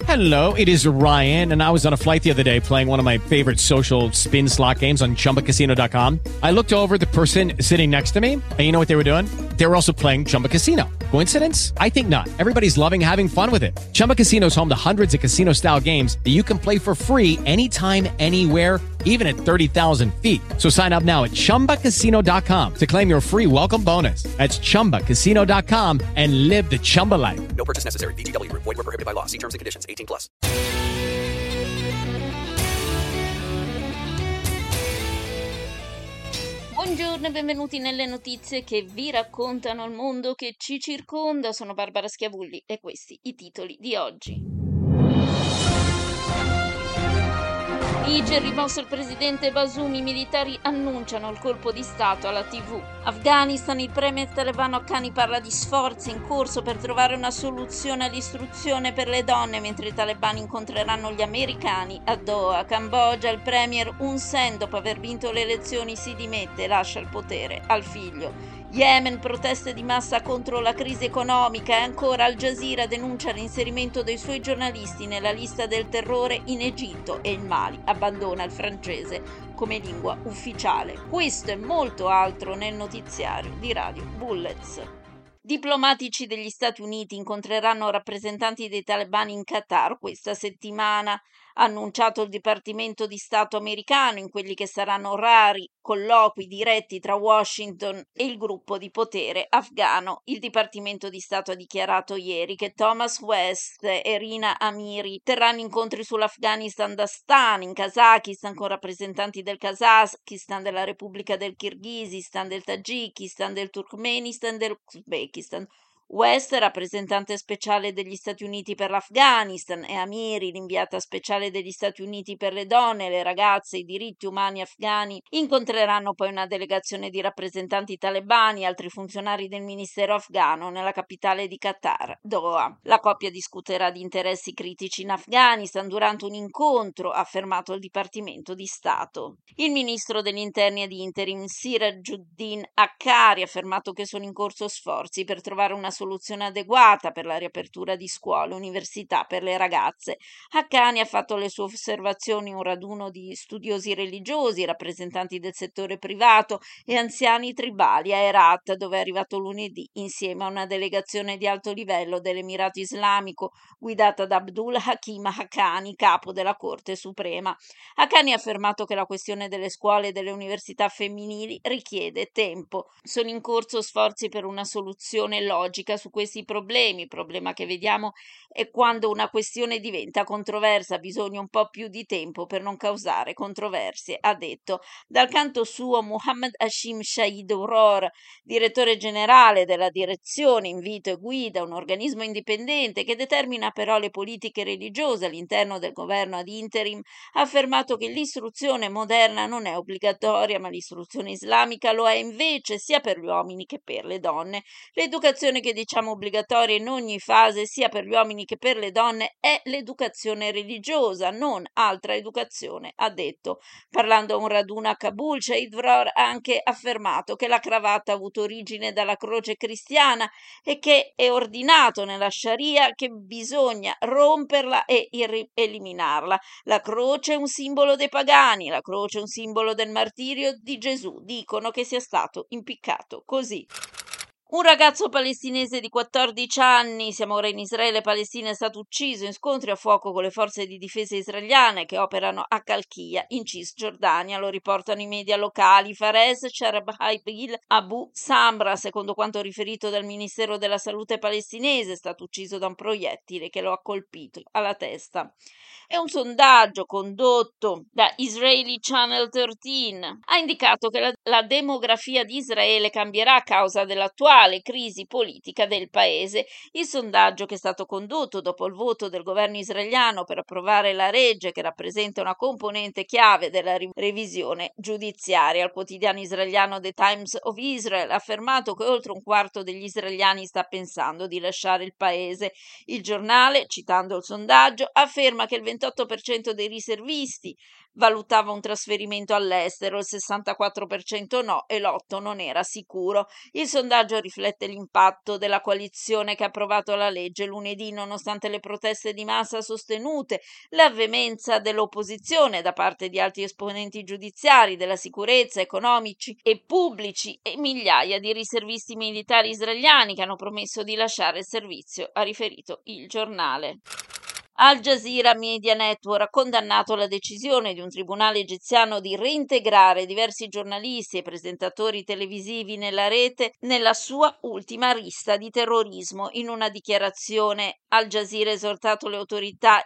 Hello, it is Ryan, and I was on a flight the other day playing one of my favorite social spin slot games on ChumbaCasino.com. I looked over at the person sitting next to me, and you know what they were doing? They were also playing Chumba Casino. Coincidence? I think not. Everybody's loving having fun with it. Chumba Casino is home to hundreds of casino-style games that you can play for free anytime, anywhere, even at 30,000 feet. So sign up now at ChumbaCasino.com to claim your free welcome bonus. That's ChumbaCasino.com and live the Chumba life. No purchase necessary. VGW Group. Void where prohibited by law. See terms and conditions. 18+. Buongiorno e benvenuti nelle notizie che vi raccontano il mondo che ci circonda. Sono Barbara Schiavulli e questi i titoli di oggi. Niger, rimosso il presidente Bazoum, i militari annunciano il colpo di Stato alla TV. Afghanistan, il premier talebano Haqqani parla di sforzi in corso per trovare una soluzione all'istruzione per le donne, mentre i talebani incontreranno gli americani a Doha. Cambogia, il premier Hun Sen, dopo aver vinto le elezioni, si dimette e lascia il potere al figlio. Yemen, proteste di massa contro la crisi economica e ancora Al Jazeera denuncia l'inserimento dei suoi giornalisti nella lista del terrore in Egitto e il Mali abbandona il francese come lingua ufficiale. Questo e molto altro nel notiziario di Radio Bullets. Diplomatici degli Stati Uniti incontreranno rappresentanti dei talebani in Qatar questa settimana, ha annunciato il Dipartimento di Stato americano, in quelli che saranno rari colloqui diretti tra Washington e il gruppo di potere afghano. Il Dipartimento di Stato ha dichiarato ieri che Thomas West e Rina Amiri terranno incontri sull'Afghanistan da Astana, in Kazakistan, con rappresentanti del Kazakistan, della Repubblica del Kirghizistan, del Tagikistan, del Turkmenistan e dell'Uzbekistan. West, rappresentante speciale degli Stati Uniti per l'Afghanistan, e Amiri, l'inviata speciale degli Stati Uniti per le donne, le ragazze e i diritti umani afghani, incontreranno poi una delegazione di rappresentanti talebani e altri funzionari del ministero afghano nella capitale di Qatar, Doha. La coppia discuterà di interessi critici in Afghanistan durante un incontro, ha affermato il Dipartimento di Stato. Il ministro degli interni ad interim, Sirajuddin Haqqani, ha affermato che sono in corso sforzi per trovare una soluzione adeguata per la riapertura di scuole e università per le ragazze. Haqqani ha fatto le sue osservazioni in un raduno di studiosi religiosi, rappresentanti del settore privato e anziani tribali a Herat, dove è arrivato lunedì insieme a una delegazione di alto livello dell'Emirato Islamico guidata da Abdul Hakim Haqqani, capo della Corte Suprema. Haqqani ha affermato che la questione delle scuole e delle università femminili richiede tempo. Sono in corso sforzi per una soluzione logica su questi problemi. Il problema che vediamo è quando una questione diventa controversa, bisogna un po' più di tempo per non causare controversie, ha detto. Dal canto suo, Muhammad Hashim Shahid Uror, direttore generale della Direzione Invito e Guida, un organismo indipendente che determina però le politiche religiose all'interno del governo ad interim, ha affermato che l'istruzione moderna non è obbligatoria, ma l'istruzione islamica lo è invece sia per gli uomini che per le donne. L'educazione che diciamo obbligatoria in ogni fase, sia per gli uomini che per le donne, è l'educazione religiosa, non altra educazione, ha detto. Parlando a un raduno a Kabul, Shahid Vror ha anche affermato che la cravatta ha avuto origine dalla croce cristiana e che è ordinato nella Sharia che bisogna romperla e eliminarla. La croce è un simbolo dei pagani, la croce è un simbolo del martirio di Gesù. Dicono che sia stato impiccato così. Un ragazzo palestinese di 14 anni, siamo ora in Israele e Palestina, è stato ucciso in scontri a fuoco con le forze di difesa israeliane che operano a Kalkia, in Cisgiordania. Lo riportano i media locali. Fares Sharabhaibil Abu Samra, secondo quanto riferito dal Ministero della Salute palestinese, è stato ucciso da un proiettile che lo ha colpito alla testa. E un sondaggio condotto da Israeli Channel 13 ha indicato che la demografia di Israele cambierà a causa dell'attuale crisi politica del paese. Il sondaggio, che è stato condotto dopo il voto del governo israeliano per approvare la legge che rappresenta una componente chiave della revisione giudiziaria. Il quotidiano israeliano The Times of Israel ha affermato che oltre un quarto degli israeliani sta pensando di lasciare il paese. Il giornale, citando il sondaggio, afferma che il 28% dei riservisti valutava un trasferimento all'estero, il 64% no e l'8% non era sicuro. Il sondaggio riflette l'impatto della coalizione che ha approvato la legge lunedì, nonostante le proteste di massa sostenute, la veemenza dell'opposizione da parte di alti esponenti giudiziari, della sicurezza, economici e pubblici e migliaia di riservisti militari israeliani che hanno promesso di lasciare il servizio, ha riferito il giornale. Al Jazeera Media Network ha condannato la decisione di un tribunale egiziano di reintegrare diversi giornalisti e presentatori televisivi nella rete nella sua ultima lista di terrorismo. In una dichiarazione, Al Jazeera ha esortato le autorità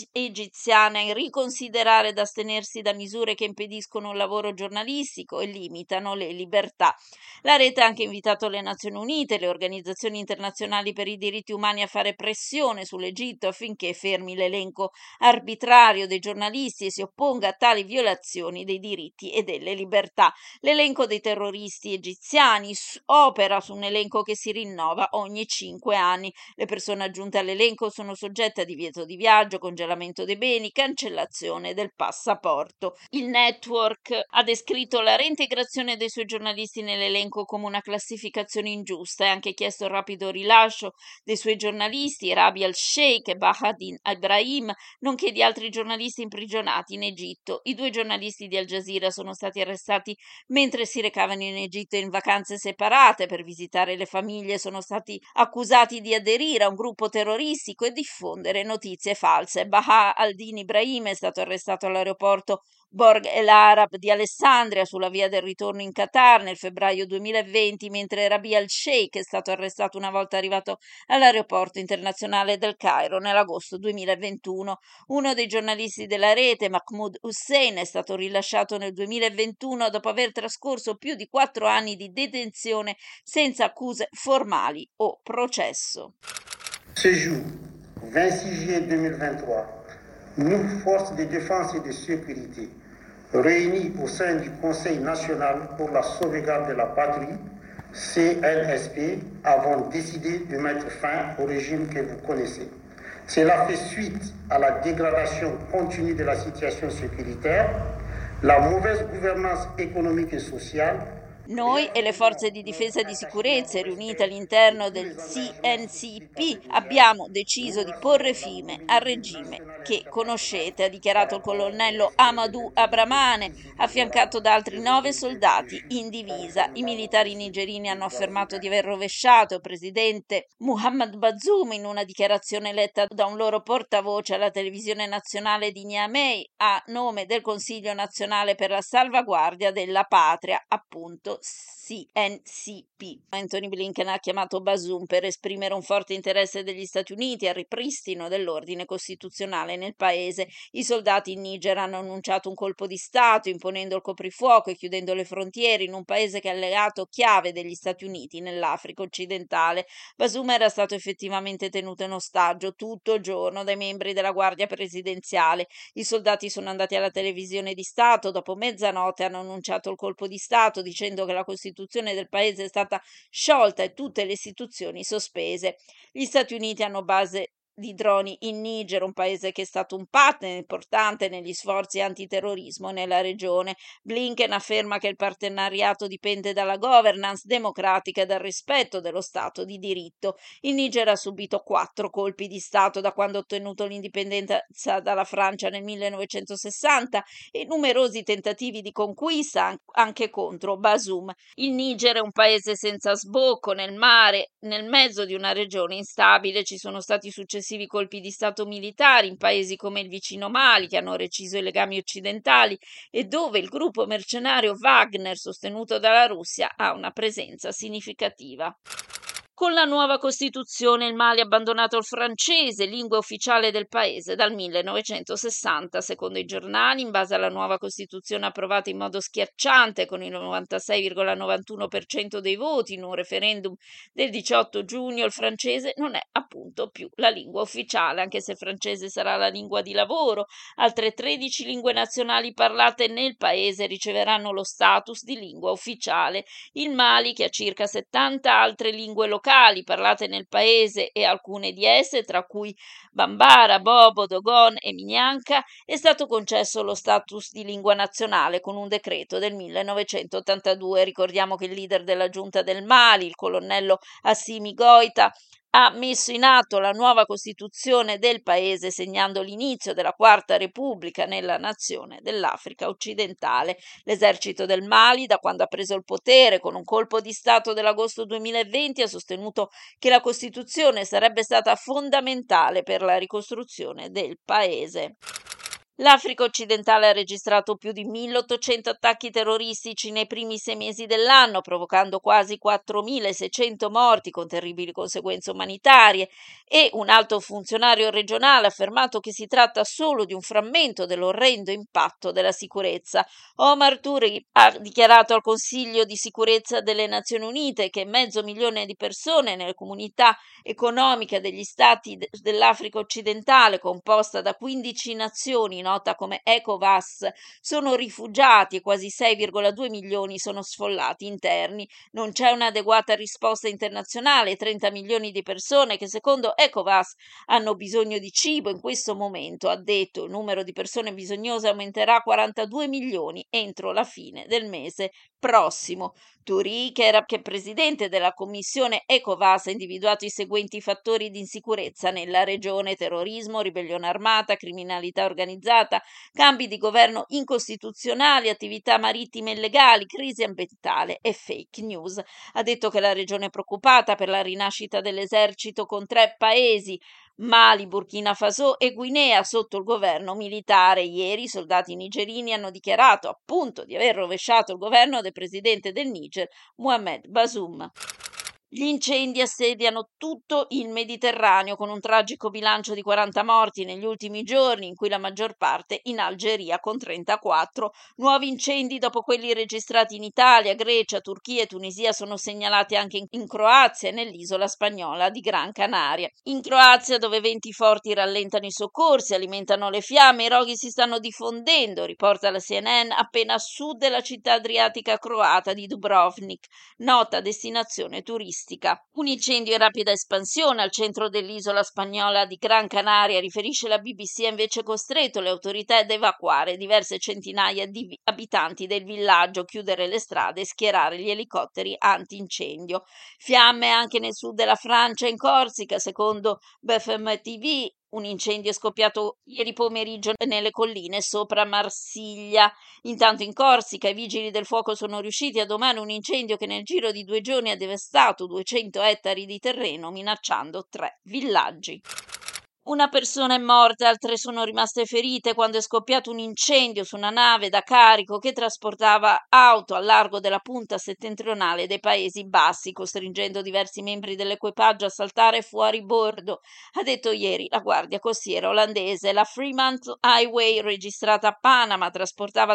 egiziane a riconsiderare ed astenersi da misure che impediscono il lavoro giornalistico e limitano le libertà. La rete ha anche invitato le Nazioni Unite e le organizzazioni internazionali per i diritti umani a fare pressione sull'Egitto affinché fermi l'elenco arbitrario dei giornalisti e si opponga a tali violazioni dei diritti e delle libertà. L'elenco dei terroristi egiziani opera su un elenco che si rinnova ogni 5 anni. Le persone aggiunte all'elenco sono soggette a divieto di viaggio, congelamento dei beni, cancellazione del passaporto. Il network ha descritto la reintegrazione dei suoi giornalisti nell'elenco come una classificazione ingiusta e ha anche chiesto il rapido rilascio dei suoi giornalisti, Rabi al-Sheikh e Bahadin Ibrahim, nonché di altri giornalisti imprigionati in Egitto. I 2 giornalisti di Al Jazeera sono stati arrestati mentre si recavano in Egitto in vacanze separate per visitare le famiglie, sono stati accusati di aderire a un gruppo terroristico e diffondere notizie false. Baha al-Din Ibrahim è stato arrestato all'aeroporto Borg El Arab di Alessandria sulla via del ritorno in Qatar nel febbraio 2020, mentre Rabi al-Sheikh è stato arrestato una volta arrivato all'aeroporto internazionale del Cairo nell'agosto 2021. Uno dei giornalisti della rete, Mahmoud Hussein, è stato rilasciato nel 2021 dopo aver trascorso più di 4 anni di detenzione senza accuse formali o processo. Ce jour, 26 juillet 2023, nous, forces de défense et de sécurité, réunis au sein du Conseil national pour la sauvegarde de la patrie, CNSP, avons décidé de mettre fin au régime que vous connaissez. Cela fait suite à la dégradation continue de la situation sécuritaire, la mauvaise gouvernance économique et sociale. Noi e le forze di difesa e di sicurezza riunite all'interno del CNCP abbiamo deciso di porre fine al regime che conoscete, ha dichiarato il colonnello Amadou Abramane, affiancato da altri 9 soldati in divisa. I militari nigerini hanno affermato di aver rovesciato il presidente Muhammad Bazoum in una dichiarazione letta da un loro portavoce alla televisione nazionale di Niamey a nome del Consiglio nazionale per la salvaguardia della patria, appunto CNCP. Anthony Blinken ha chiamato Bazoum per esprimere un forte interesse degli Stati Uniti al ripristino dell'ordine costituzionale nel paese. I soldati in Niger hanno annunciato un colpo di Stato imponendo il coprifuoco e chiudendo le frontiere in un paese che è alleato chiave degli Stati Uniti nell'Africa occidentale. Bazoum era stato effettivamente tenuto in ostaggio tutto il giorno dai membri della Guardia Presidenziale. I soldati sono andati alla televisione di Stato dopo mezzanotte e hanno annunciato il colpo di Stato dicendo che la Costituzione del paese è stata sciolta e tutte le istituzioni sospese. Gli Stati Uniti hanno base di droni in Niger, un paese che è stato un partner importante negli sforzi antiterrorismo nella regione. Blinken afferma che il partenariato dipende dalla governance democratica e dal rispetto dello Stato di diritto. Il Niger ha subito 4 colpi di Stato da quando ha ottenuto l'indipendenza dalla Francia nel 1960 e numerosi tentativi di conquista anche contro Bazoum. Il Niger è un paese senza sbocco nel mare, nel mezzo di una regione instabile. Ci sono stati successivi colpi di Stato militari in paesi come il vicino Mali che hanno reciso i legami occidentali e dove il gruppo mercenario Wagner, sostenuto dalla Russia, ha una presenza significativa. Con la nuova Costituzione il Mali ha abbandonato il francese, lingua ufficiale del paese, dal 1960. Secondo i giornali, in base alla nuova Costituzione approvata in modo schiacciante con il 96,91% dei voti in un referendum del 18 giugno, il francese non è appunto più la lingua ufficiale, anche se il francese sarà la lingua di lavoro. Altre 13 lingue nazionali parlate nel paese riceveranno lo status di lingua ufficiale. Il Mali, che ha circa 70 altre lingue locali, locali parlate nel paese e alcune di esse, tra cui Bambara, Bobo, Dogon e Minyanka, è stato concesso lo status di lingua nazionale con un decreto del 1982. Ricordiamo che il leader della giunta del Mali, il colonnello Assimi Goita, ha messo in atto la nuova Costituzione del paese, segnando l'inizio della Quarta Repubblica nella nazione dell'Africa occidentale. L'esercito del Mali, da quando ha preso il potere con un colpo di Stato dell'agosto 2020, ha sostenuto che la Costituzione sarebbe stata fondamentale per la ricostruzione del paese. L'Africa occidentale ha registrato più di 1.800 attacchi terroristici nei primi 6 mesi dell'anno, provocando quasi 4.600 morti con terribili conseguenze umanitarie, e un alto funzionario regionale ha affermato che si tratta solo di un frammento dell'orrendo impatto della sicurezza. Omar Turi ha dichiarato al Consiglio di sicurezza delle Nazioni Unite che 500.000 di persone nelle comunità economiche degli stati dell'Africa occidentale, composta da 15 nazioni, nota come ECOWAS, sono rifugiati e quasi 6,2 milioni sono sfollati interni. Non c'è un'adeguata risposta internazionale. 30 milioni di persone che secondo ECOWAS hanno bisogno di cibo in questo momento, ha detto. Il numero di persone bisognose aumenterà a 42 milioni entro la fine del mese prossimo. Turi, che è presidente della commissione ECOWAS, ha individuato i seguenti fattori di insicurezza nella regione: terrorismo, ribellione armata, criminalità organizzata, cambi di governo incostituzionali, attività marittime illegali, crisi ambientale e fake news. Ha detto che la regione è preoccupata per la rinascita dell'esercito con 3 paesi, Mali, Burkina Faso e Guinea, sotto il governo militare. Ieri i soldati nigerini hanno dichiarato appunto di aver rovesciato il governo del presidente del Niger, Mohamed Bazoum. Gli incendi assediano tutto il Mediterraneo, con un tragico bilancio di 40 morti negli ultimi giorni, in cui la maggior parte in Algeria, con 34. Nuovi incendi dopo quelli registrati in Italia, Grecia, Turchia e Tunisia sono segnalati anche in Croazia e nell'isola spagnola di Gran Canaria. In Croazia, dove venti forti rallentano i soccorsi, alimentano le fiamme, i roghi si stanno diffondendo, riporta la CNN, appena a sud della città adriatica croata di Dubrovnik, nota destinazione turistica. Un incendio in rapida espansione al centro dell'isola spagnola di Gran Canaria, riferisce la BBC, ha invece costretto le autorità ad evacuare diverse centinaia di abitanti del villaggio, chiudere le strade e schierare gli elicotteri antincendio. Fiamme anche nel sud della Francia e in Corsica, secondo BFM TV. Un incendio è scoppiato ieri pomeriggio nelle colline sopra Marsiglia. Intanto in Corsica i vigili del fuoco sono riusciti a domare un incendio che nel giro di 2 giorni ha devastato 200 ettari di terreno, minacciando 3 villaggi. Una persona è morta e altre sono rimaste ferite quando è scoppiato un incendio su una nave da carico che trasportava auto al largo della punta settentrionale dei Paesi Bassi, costringendo diversi membri dell'equipaggio a saltare fuori bordo, ha detto ieri la Guardia Costiera olandese. La Fremantle Highway, registrata a Panama, trasportava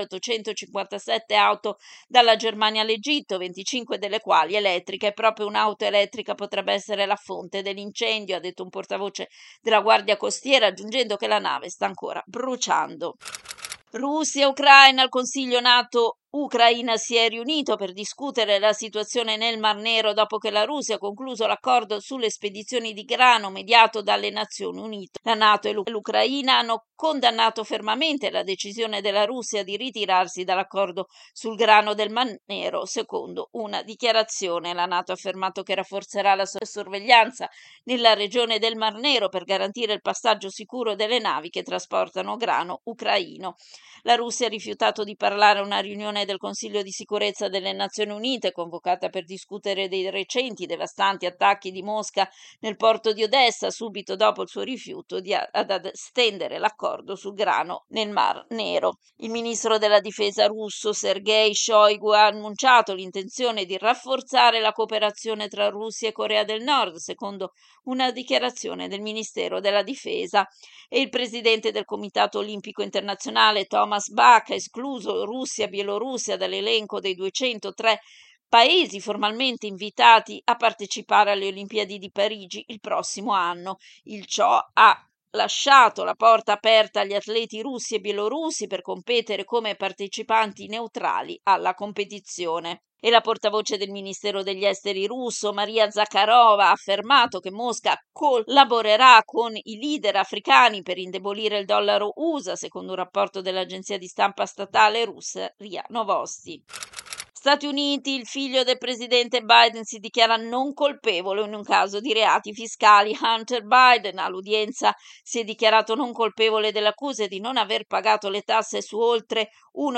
2.857 auto dalla Germania all'Egitto, 25 delle quali elettriche, e proprio un'auto elettrica potrebbe essere la fonte dell'incendio, ha detto un portavoce della Guardia Costiera, aggiungendo che la nave sta ancora bruciando. Russia e Ucraina. Il Consiglio NATO Ucraina si è riunito per discutere la situazione nel Mar Nero dopo che la Russia ha concluso l'accordo sulle spedizioni di grano mediato dalle Nazioni Unite. La NATO e l'Ucraina hanno condannato fermamente la decisione della Russia di ritirarsi dall'accordo sul grano del Mar Nero, secondo una dichiarazione. La NATO ha affermato che rafforzerà la sorveglianza nella regione del Mar Nero per garantire il passaggio sicuro delle navi che trasportano grano ucraino. La Russia ha rifiutato di parlare a una riunione del Consiglio di sicurezza delle Nazioni Unite, convocata per discutere dei recenti devastanti attacchi di Mosca nel porto di Odessa, subito dopo il suo rifiuto ad estendere l'accordo sul grano nel Mar Nero. Il ministro della difesa russo Sergei Shoigu ha annunciato l'intenzione di rafforzare la cooperazione tra Russia e Corea del Nord, secondo una dichiarazione del Ministero della Difesa, e il presidente del Comitato Olimpico Internazionale Thomas Bach ha escluso Russia e Bielorussia dall'elenco dei 203 paesi formalmente invitati a partecipare alle Olimpiadi di Parigi il prossimo anno. Il ciò ha lasciato la porta aperta agli atleti russi e bielorussi per competere come partecipanti neutrali alla competizione. e la portavoce del Ministero degli Esteri russo, Maria Zakharova, ha affermato che Mosca collaborerà con i leader africani per indebolire il dollaro USA, secondo un rapporto dell'agenzia di stampa statale russa RIA Novosti. Stati Uniti, il figlio del presidente Biden si dichiara non colpevole in un caso di reati fiscali. Hunter Biden all'udienza si è dichiarato non colpevole delle accuse di non aver pagato le tasse su oltre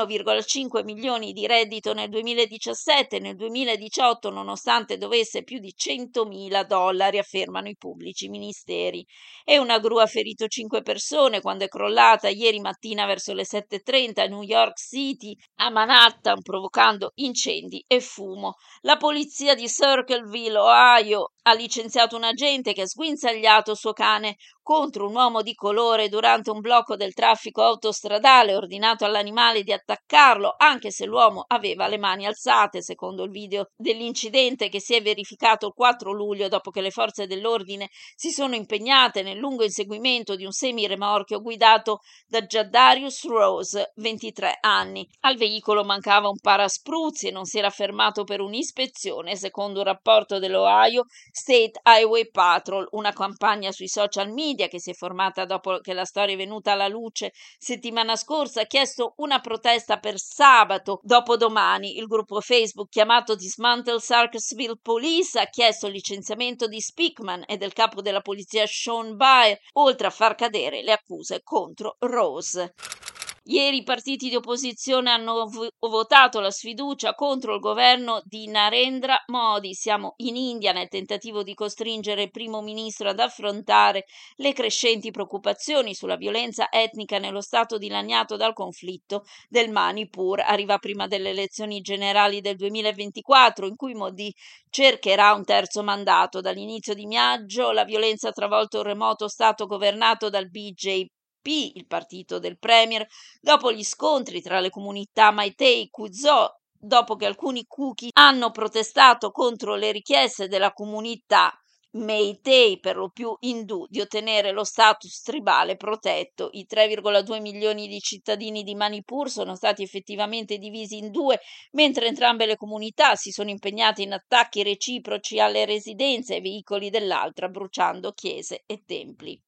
1,5 milioni di reddito nel 2017 e nel 2018, nonostante dovesse più di $100.000, affermano i pubblici ministeri. E una gru ha ferito 5 persone quando è crollata ieri mattina verso le 7:30 a New York City, a Manhattan, provocando incendi e fumo. La polizia di Circleville, Ohio, ha licenziato un agente che ha sguinzagliato suo cane contro un uomo di colore durante un blocco del traffico autostradale, ordinato all'animale di attaccarlo, anche se l'uomo aveva le mani alzate, secondo il video dell'incidente che si è verificato il 4 luglio dopo che le forze dell'ordine si sono impegnate nel lungo inseguimento di un semiremorchio guidato da Jadarius Rose, 23 anni. Al veicolo mancava un paraspruzzi e non si era fermato per un'ispezione, secondo un rapporto dell'Ohio State Highway Patrol, una campagna sui social media che si è formata dopo che la storia è venuta alla luce settimana scorsa, ha chiesto una protesta per sabato dopodomani. Il gruppo Facebook chiamato Dismantle Circleville Police ha chiesto il licenziamento di Speakman e del capo della polizia Sean Baer, oltre a far cadere le accuse contro Rose. Ieri i partiti di opposizione hanno votato la sfiducia contro il governo di Narendra Modi. Siamo in India nel tentativo di costringere il primo ministro ad affrontare le crescenti preoccupazioni sulla violenza etnica nello stato dilaniato dal conflitto del Manipur. Arriva prima delle elezioni generali del 2024, in cui Modi cercherà un terzo mandato. Dall'inizio di maggio la violenza ha travolto il remoto stato governato dal BJP, il partito del premier, dopo gli scontri tra le comunità Meitei e Kuzo, dopo che alcuni Kuki hanno protestato contro le richieste della comunità Meitei, per lo più indù, di ottenere lo status tribale protetto. I 3,2 milioni di cittadini di Manipur sono stati effettivamente divisi in due, mentre entrambe le comunità si sono impegnate in attacchi reciproci alle residenze e veicoli dell'altra, bruciando chiese e templi.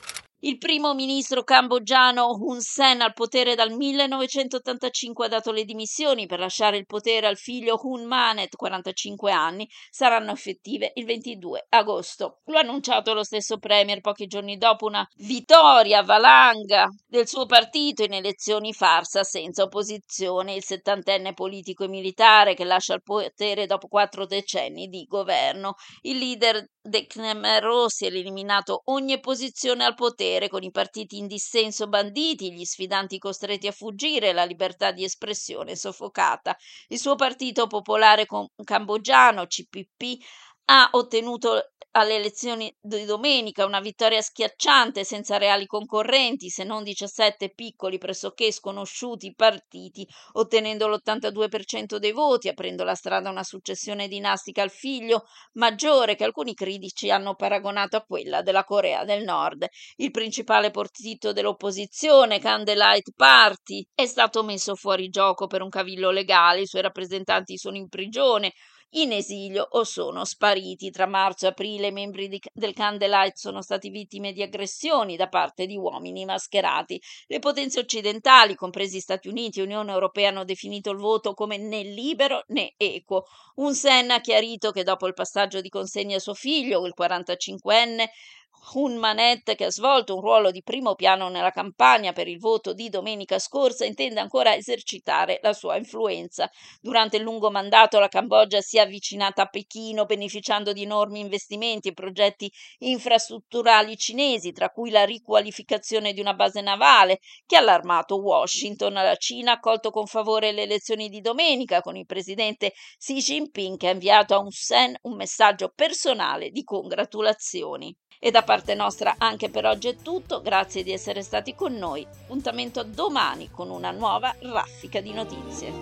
Il primo ministro cambogiano Hun Sen, al potere dal 1985, ha dato le dimissioni per lasciare il potere al figlio Hun Manet, 45 anni, saranno effettive il 22 agosto. Lo ha annunciato lo stesso premier pochi giorni dopo una vittoria valanga del suo partito in elezioni farsa senza opposizione. Il 70enne politico e militare che lascia il potere dopo 4 decenni di governo. Il leader dei Khmer Rossi ha eliminato ogni opposizione al potere, con i partiti in dissenso banditi, gli sfidanti costretti a fuggire e la libertà di espressione soffocata. Il suo partito popolare cambogiano, CPP, ha ottenuto alle elezioni di domenica una vittoria schiacciante senza reali concorrenti, se non 17 piccoli pressoché sconosciuti partiti, ottenendo l'82% dei voti, aprendo la strada a una successione dinastica al figlio maggiore che alcuni critici hanno paragonato a quella della Corea del Nord. Il principale partito dell'opposizione, Candlelight Party, è stato messo fuori gioco per un cavillo legale, i suoi rappresentanti sono in prigione, in esilio o sono spariti. Tra marzo e aprile i membri del Candlelight sono stati vittime di aggressioni da parte di uomini mascherati. Le potenze occidentali, compresi Stati Uniti e Unione Europea, hanno definito il voto come né libero né equo. Hun Sen ha chiarito che dopo il passaggio di consegna a suo figlio, il 45enne Hun Manet, che ha svolto un ruolo di primo piano nella campagna per il voto di domenica scorsa, intende ancora esercitare la sua influenza. Durante il lungo mandato la Cambogia si è avvicinata a Pechino, beneficiando di enormi investimenti e progetti infrastrutturali cinesi, tra cui la riqualificazione di una base navale, che ha allarmato Washington. La Cina ha accolto con favore le elezioni di domenica, con il presidente Xi Jinping che ha inviato a Hun Sen un messaggio personale di congratulazioni. E da parte nostra anche per oggi è tutto, grazie di essere stati con noi, appuntamento a domani con una nuova raffica di notizie.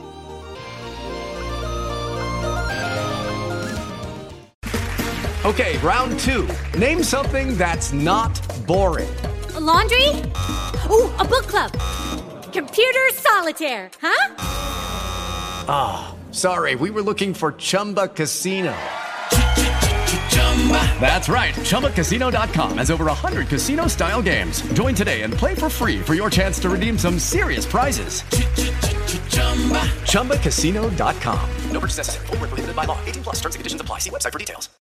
Okay, round 2. Name something that's not boring. A laundry? Ooh, a book club. Computer solitaire, huh? Sorry, we were looking for Chumba Casino. That's right. ChumbaCasino.com has over 100 casino-style games. Join today and play for free for your chance to redeem some serious prizes. ChumbaCasino.com. No purchase necessary. Void where prohibited by law. 18 plus terms and conditions apply. See website for details.